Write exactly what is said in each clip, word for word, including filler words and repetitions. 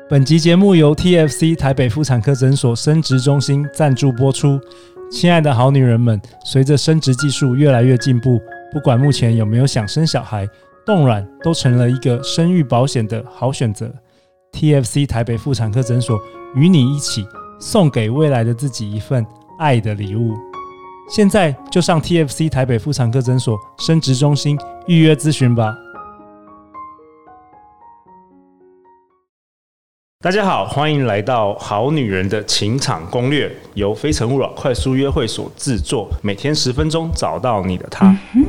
本集节目由 T F C 台北妇产科诊所生殖中心赞助播出。亲爱的好女人们，随着生殖技术越来越进步，不管目前有没有想生小孩，冻卵都成了一个生育保险的好选择。T F C 台北妇产科诊所与你一起送给未来的自己一份爱的礼物。现在就上 T F C 台北妇产科诊所生殖中心预约咨询吧。大家好，欢迎来到好女人的情场攻略，由非诚勿扰快速约会所制作，每天十分钟，找到你的他。嗯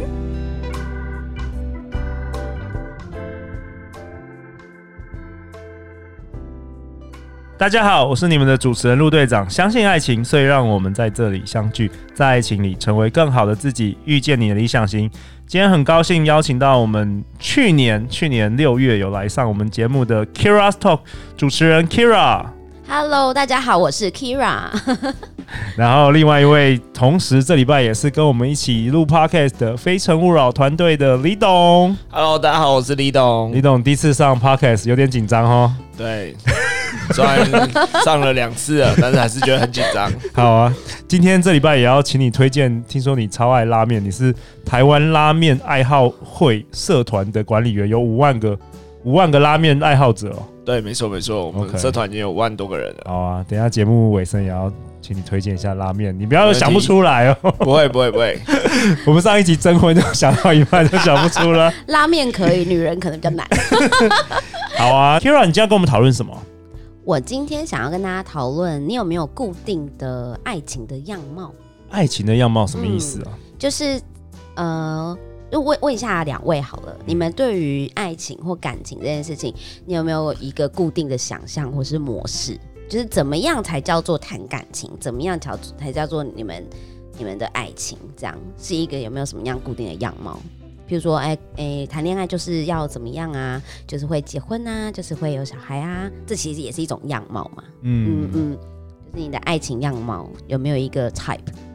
大家好，我是你们的主持人陆队长。相信爱情，所以让我们在这里相聚，在爱情里成为更好的自己，遇见你的理想型。今天很高兴邀请到我们去年去年六月有来上我们节目的 Kira's Talk 主持人 Kira。Hello， 大家好，我是 Kira 。 然后另外一位，同时这礼拜也是跟我们一起录 Podcast 的非诚勿扰团队的李董。 Hello， 大家好，我是李董。 李董第一次上 Podcast 有点紧张哦。 对。虽然上了两次了，但是还是觉得很紧张。 好啊，今天这礼拜也要请你推荐，听说你超爱拉面，你是台湾拉面爱好会社团的管理员，有五万个五万个拉面爱好者哦。 对，没错没错，我们社团已经有五万多个人了。 好啊，等一下节目尾声也要请你推荐一下拉面，你不要想不出来哦。 不会不会不会， 我们上一集征婚就想到一半就想不出了。 拉面可以，女人可能比较难。 好啊 ，Kira， 你今天要跟我们讨论什么？ 我今天想要跟大家讨论，你有没有固定的爱情的样貌？ 爱情的样貌什么意思啊？嗯、 就是呃，问问一下两位好了，你们对于爱情或感情这件事情，你有没有一个固定的想象或是模式？就是怎么样才叫做谈感情？怎么样才叫做你们你们的爱情？这样是一个有没有什么样固定的样貌？比如说，哎哎，谈恋爱就是要怎么样啊？就是会结婚啊，就是会有小孩啊，这其实也是一种样貌嘛。嗯嗯嗯，就是你的爱情样貌有没有一个 type？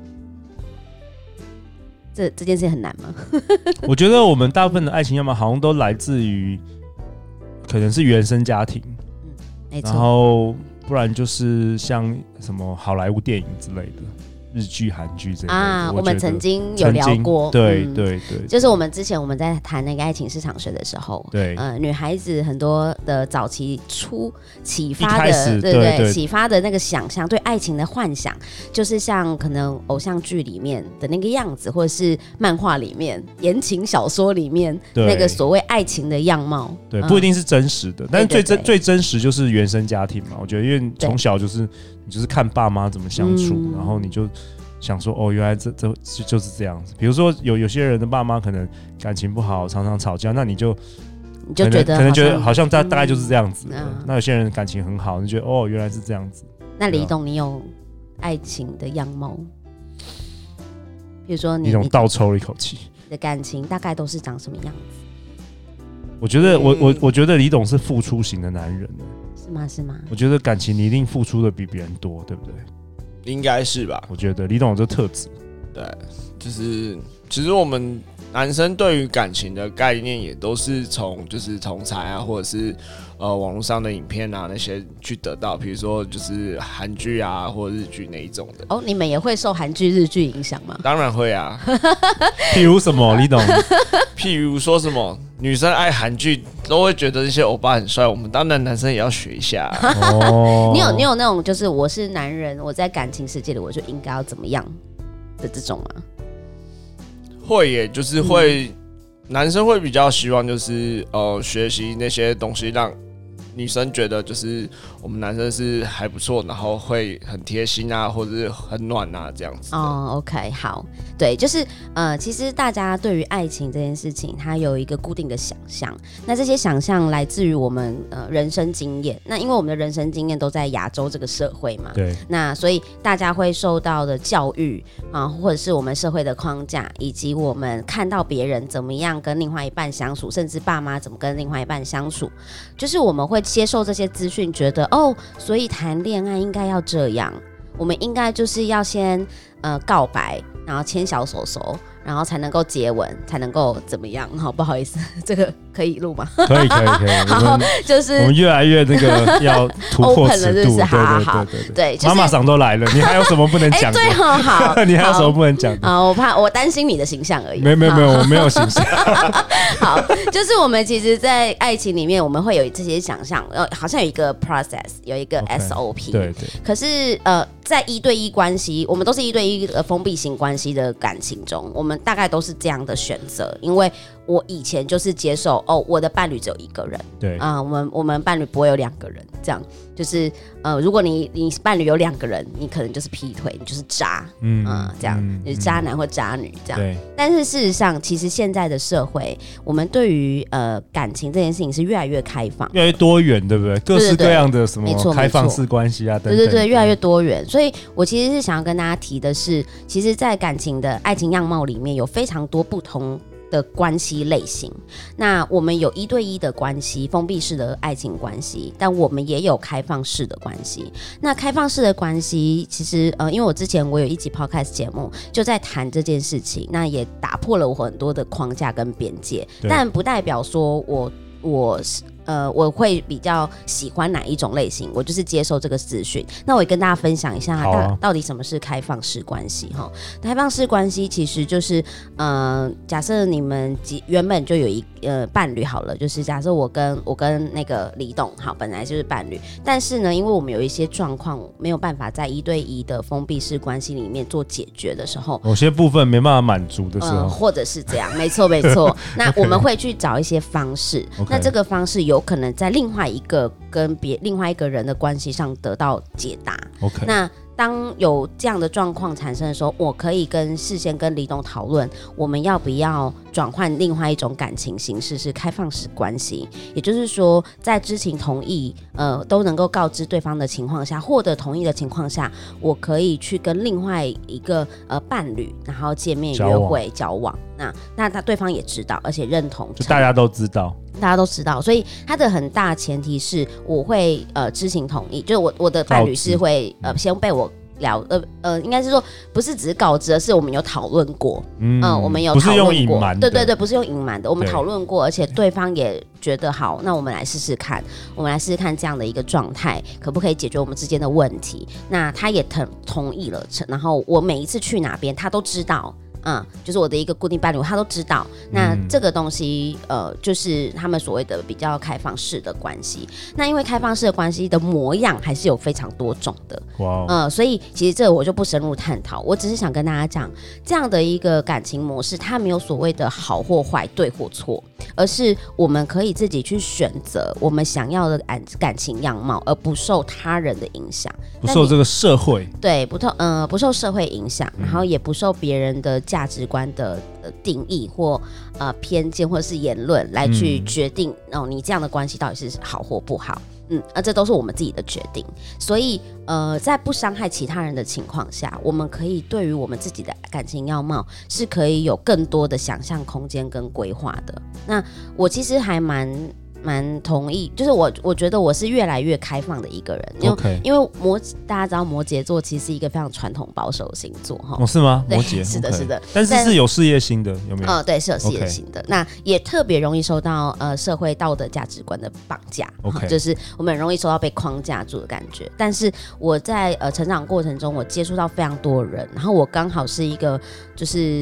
这这件事很难吗？ 我觉得我们大部分的爱情样貌好像都来自于可能是原生家庭，嗯，没错。然后不然就是像什么好莱坞电影之类的。日剧、韩剧这类的啊， 我们曾经有聊过， 对、嗯、对 对, 对， 就是我们之前我们在谈那个爱情市场学的时候， 对， 呃，女孩子很多的早期初启发的， 对对, 对对， 启发的那个想象，对爱情的幻想，就是像可能偶像剧里面的那个样子，或者是漫画里面、言情小说里面那个所谓爱情的样貌， 对，不一定是真实的，嗯、但是最真最真实就是原生家庭嘛。我觉得，因为从小就是你就是看爸妈怎么相处，嗯、然后你就。想说哦，原来这这就是这样子。比如说有有些人的爸妈可能感情不好，常常吵架，那你就你就觉得可能觉得好像大大概就是这样子的。嗯、那有些人感情很好，你觉得哦，原来是这样子。 那李董，你有爱情的样貌？比如说你， 李董倒抽了一口气。 你的感情大概都是长什么样子？ 我觉得我我我觉得李董是付出型的男人。 是吗？是吗？ 我觉得感情你一定付出的比别人多，对不对？ 应该是吧， 我觉得李董有这特质。 对，就是其实我们男生对于感情的概念也都是从就是同侪啊，或者是呃网络上的影片啊那些去得到，比如说就是韩剧啊或者日剧那一种的。 哦，你们也会受韩剧、日剧影响吗？ 当然会啊。 譬如什么，李董？ 譬如说什么，女生爱韩剧都会觉得这些欧巴很帅，我们当然男生也要学一下、啊。 哦，你有你有那种就是我是男人，我在感情世界里我就应该要怎么样的这种吗？ 会耶，就是会、嗯、男生会比较希望就是呃学习那些东西，让女生觉得就是我们男生是还不错，然后会很贴心啊，或者是很暖啊这样子。 哦 ，OK， 好，对，就是呃，其实大家对于爱情这件事情，它有一个固定的想象。那这些想象来自于我们呃人生经验。那因为我们的人生经验都在亚洲这个社会嘛， 对。 那所以大家会受到的教育啊，或者是我们社会的框架，以及我们看到别人怎么样跟另外一半相处，甚至爸妈怎么跟另外一半相处，就是我们会接受这些资讯，觉得哦，所以谈恋爱应该要这样，我们应该就是要先呃告白，然后牵小手手，然后才能够接吻，才能够怎么样？好，不好意思，这个可以录吗？ 可以可以可以， 好，就是我们越来越那个要突破尺度， 是是好好好，对对对对，妈妈桑都来了，你还有什么不能讲的？ 对哦，好， 你还有什么不能讲的？ 啊，我怕我担心你的形象而已。 没有没有没有，我没有形象。 好，就是我们其实，在爱情里面，我们会有这些想象，呃，好像有一个 process， 有一个 S O P， 对对。 可是呃，在一对一关系，我们都是一对一的封闭型关系的感情中，我们大概都是这样的选择，因为我以前就是接受哦，我的伴侣只有一个人， 对啊、呃，我们我们伴侣不会有两个人，这样就是呃，如果你你伴侣有两个人，你可能就是劈腿，你就是渣，嗯、呃，这样、嗯、就是渣男或渣女这样。 对。 但是事实上，其实现在的社会，我们对于呃感情这件事情是越来越开放， 越来越多元，对不对？各式各样的什么开放式关系啊，等等， 对对对，越来越多元。所以我其实是想要跟大家提的是，其实，在感情的爱情样貌里面，有非常多不同的关系类型。那我们有一对一的关系，封闭式的爱情关系，但我们也有开放式的关系。那开放式的关系，其实呃，因为我之前我有一集 podcast 节目就在谈这件事情，那也打破了我很多的框架跟边界，但不代表说我我呃，我会比较喜欢哪一种类型，我就是接受这个资讯。那我也跟大家分享一下，啊、到底什么是开放式关系哈？开放式关系其实就是，呃，假设你们原本就有一呃伴侣好了，就是假设我跟我跟那个李董好，本来就是伴侣，但是呢，因为我们有一些状况没有办法在一对一的封闭式关系里面做解决的时候， 某些部分没办法满足的时候、呃， 或者是这样，没错没错。那我们会去找一些方式， okay. 那这个方式有。有可能在另外一个跟别另外一个人的关系上得到解答。 Okay. 那当有这样的状况产生的时候，我可以跟事先跟李董讨论，我们要不要转换另外一种感情形式，是开放式关系。也就是说，在知情同意，呃，都能够告知对方的情况下，获得同意的情况下，我可以去跟另外一个呃伴侣，然后见面、约会、交往。那那他对方也知道，而且认同， 就大家都知道。 大家都知道，所以它的很大前提是我会呃知情同意，就是我我的伴侣是会呃先被我聊呃呃，应该是说不是只是告知，而是我们有讨论过，嗯、呃，我们有讨论过，不是用隐瞒的，对对对，不是用隐瞒的，我们讨论过，而且对方也觉得好，那我们来试试看，我们来试试看这样的一个状态可不可以解决我们之间的问题。那他也同同意了，然后我每一次去哪边，他都知道。嗯，就是我的一个固定伴侣，他都知道。那这个东西，呃，就是他们所谓的比较开放式的关系。那因为开放式的关系的模样还是有非常多种的，哇、wow. 呃，所以其实这我就不深入探讨。我只是想跟大家讲，这样的一个感情模式，它没有所谓的好或坏、对或错，而是我们可以自己去选择我们想要的感感情样貌，而不受他人的影响， 不受这个社会对不受呃不受社会影响，然后也不受别人的价值观的定义或呃偏见或者是言论来去决定、嗯、哦，你这样的关系到底是好或不好，嗯，啊，这都是我们自己的决定。所以呃，在不伤害其他人的情况下，我们可以对于我们自己的感情样貌是可以有更多的想象空间跟规划的。那我其实还蛮。蛮同意，就是我我觉得我是越来越开放的一个人，因为、okay. 因为摩大家知道摩羯座其实是一个非常传统保守的星座哈， 哦是吗？摩羯是的、okay. 是的， 但是是有事业心的，有没有？ 呃，对，是有事业心的， okay. 那也特别容易受到呃社会道德价值观的绑架， okay. 就是我们很容易受到被框架住的感觉。但是我在呃成长过程中，我接触到非常多人，然后我刚好是一个就是。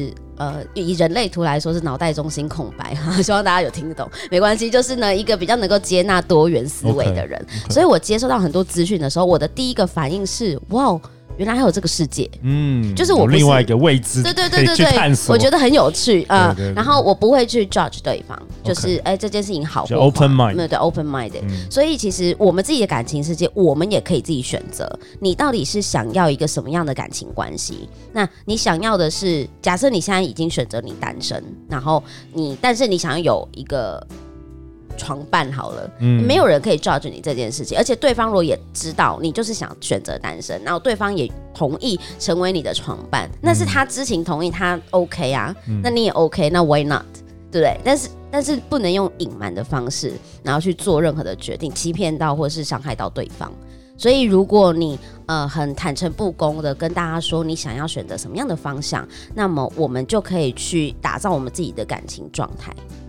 呃，以人类图来说是脑袋中心空白哈，希望大家有听得懂，没关系，就是呢一个比较能够接纳多元思维的人， okay, okay. 所以我接收到很多资讯的时候，我的第一个反应是哇。原来还有这个世界，嗯，就是我不是有另外一个未知， 对对对对对，我觉得很有趣啊、呃。然后我不会去 judge 对方，就是哎、okay. 这件事情好或坏 ，open mind， 对对 open minded、嗯。所以其实我们自己的感情世界，我们也可以自己选择，你到底是想要一个什么样的感情关系？那你想要的是，假设你现在已经选择你单身，然后你，但是你想要有一个。床伴好了、嗯，没有人可以 judge 你这件事情，而且对方如果也知道你就是想选择单身，然后对方也同意成为你的床伴，那是他知情同意，他 OK 啊，嗯、那你也 OK， 那 why not， 对不对？但是但是不能用隐瞒的方式，然后去做任何的决定，欺骗到或是伤害到对方。所以如果你呃很坦诚不公的跟大家说你想要选择什么样的方向，那么我们就可以去打造我们自己的感情状态，嗯。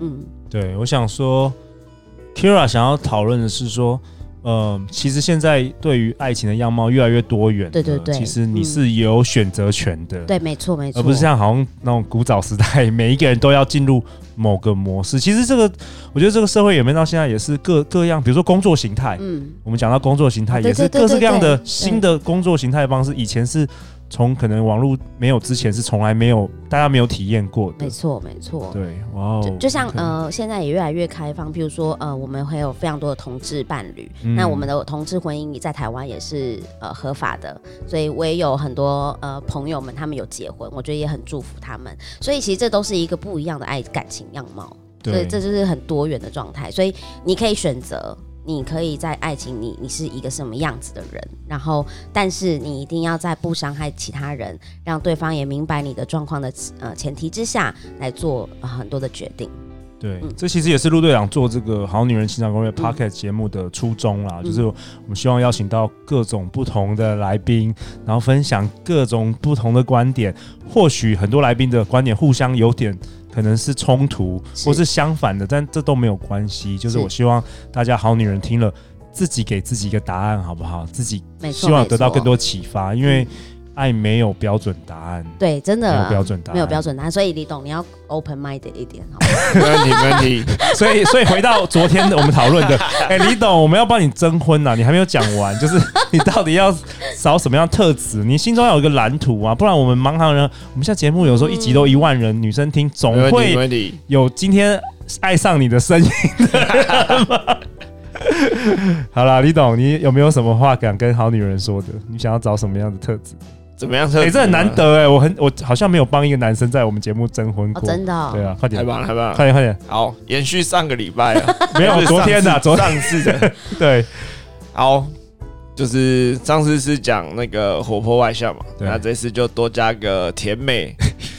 对，我想说 ，Kyria 想要讨论的是说。呃，其实现在对于爱情的样貌越来越多元， 对对对， 其实你是有选择权的， 嗯、对，没错没错， 而不是像好像那种古早时代，每一个人都要进入某个模式。其实这个，我觉得这个社会演变到现在也是各各样，比如说工作形态，嗯，我们讲到工作形态，也是各式各样的新的工作形态方式，以前是。从可能网络没有之前是从来没有大家没有体验过的， 没错没错， 对，哇哦， 就, 就像呃现在也越来越开放，比如说呃我们会有非常多的同志伴侣，嗯、那我们的同志婚姻在台湾也是呃合法的，所以我也有很多呃朋友们他们有结婚，我觉得也很祝福他们，所以其实这都是一个不一样的爱感情样貌，所以这就是很多元的状态，所以你可以选择。你可以在爱情你你是一个什么样子的人，然后但是你一定要在不伤害其他人，让对方也明白你的状况的呃前提之下来做、呃、很多的决定。 对、嗯，这其实也是陆队长做这个好女人情场攻略 Podcast 节目的初衷啦、嗯，就是我们希望邀请到各种不同的来宾，然后分享各种不同的观点，或许很多来宾的观点互相有点。可能是冲突或是相反的，但这都没有关系。就是我希望大家好女人听了，自己给自己一个答案，好不好？自己希望得到更多启发，因为爱没有标准答案。 对，真的、啊、 没有标准答案， 没有标准答案。所以李董，你要 open minded 一点，好没问题，没问题。 所以，所以回到昨天我们讨论的，哎、欸，李董，我们要帮你征婚呐、啊，你还没有讲完，就是你到底要找什么样的特质？你心中要有一个蓝图啊，不然我们盲行人，我们现在节目有时候一集都一万人、嗯、女生听，总会有今天爱上你的声音的人嘛。好啦，李董，你有没有什么话敢跟好女人说的？你想要找什么样的特质？ 怎么样特质？ 哎、欸，这很难得哎、欸，我很我好像没有帮一个男生在我们节目征婚过， 哦、真的、哦。 对啊，快点， 太棒了，太棒了， 快点，快点。 好，延续上个礼拜啊， 没有昨天的、啊，昨上次的， 对。 好，就是上次是讲那个活泼外向嘛，那这次就多加个甜美。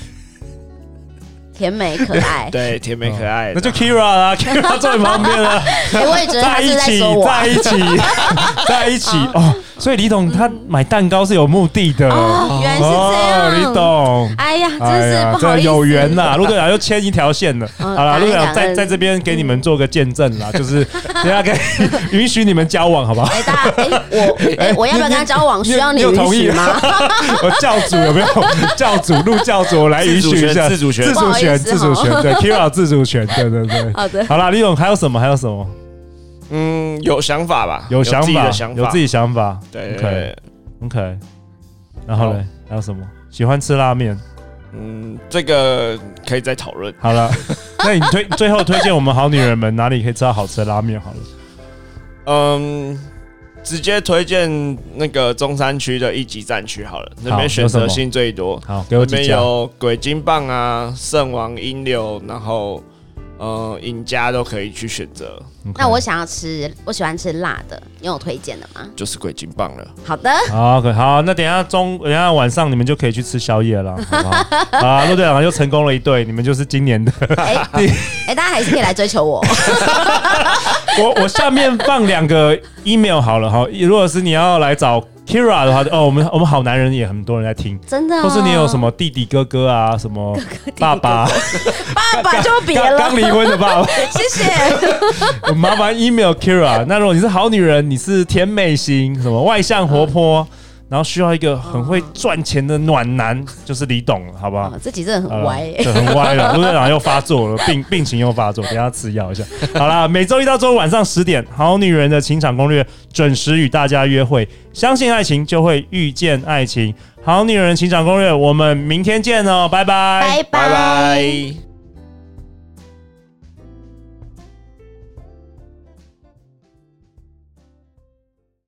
甜美可爱， 对，甜美可爱、哦， 那就 Kyria 啦 ，Kyria 坐你旁边了。 哎、欸，我也觉得他是在说我， 在一起，在一起，在一起哦。所以李董他买蛋糕是有目的的哦，原来是这样。 哦、李董， 哎呀，真是不好意思， 有缘呐。陆队长又牵一条线了。 嗯、 好了，陆队长在在这边给你们做个见证啦，就是等一下可以允许你们交往，好不好？ 哎、欸，大家，哎、欸，我、欸，我要不要跟他交往？需要你允许吗？ 我教主有没有？教主陆教主，我来允许一下自主权， 自主权，自主权，对 ，Kyria 自主权，对对对。 好的， 好啦，李董还有什么？还有什么？ 嗯，有想法吧， 有想法， 有自己的想法， 有自己想法。 对对对 ，OK，, okay. 然后呢？还有什么？喜欢吃拉面？ 嗯，这个可以再讨论。 好了，那你推最后推荐我们好女人们哪里可以吃到好吃的拉面？好了， 嗯，直接推荐那个中山区的一级战区好了，那边选择性最多。 好，给我几家。 那边有鬼金棒啊、圣王英流，然后。呃，赢家都可以去选择。 Okay. 那我想要吃，我喜欢吃辣的，你有推荐的吗？ 就是鬼金棒了。 好的， 好 ，OK， 好，那等一下中，等一下晚上你们就可以去吃宵夜了，好不好？啊，陆队长又成功了一对，你们就是今年的。 哎、欸欸，大家还是可以来追求我。 我我下面放两个 email 好了哈，如果是你要来找。Kyria 的话，哦，我们我们好男人也很多人在听， 真的、哦。 或是你有什么弟弟哥哥啊，什么爸爸， 哥哥爸爸就别了， 刚离婚的爸爸， 谢谢。 我麻烦 email Kyria。那如果你是好女人，你是甜美型，什么外向活泼。嗯然后需要一个很会赚钱的暖男，哦、就是李董了，好不好？ 哦、这集真的很歪、欸， 对，很歪了。陆队长又发作了，病病情又发作，等一下吃药一下。好啦，每周一到周五晚上十点，《好女人的情场攻略》准时与大家约会。相信爱情，就会遇见爱情。《好女人情场攻略》，我们明天见哦，拜拜， 拜拜。 拜拜。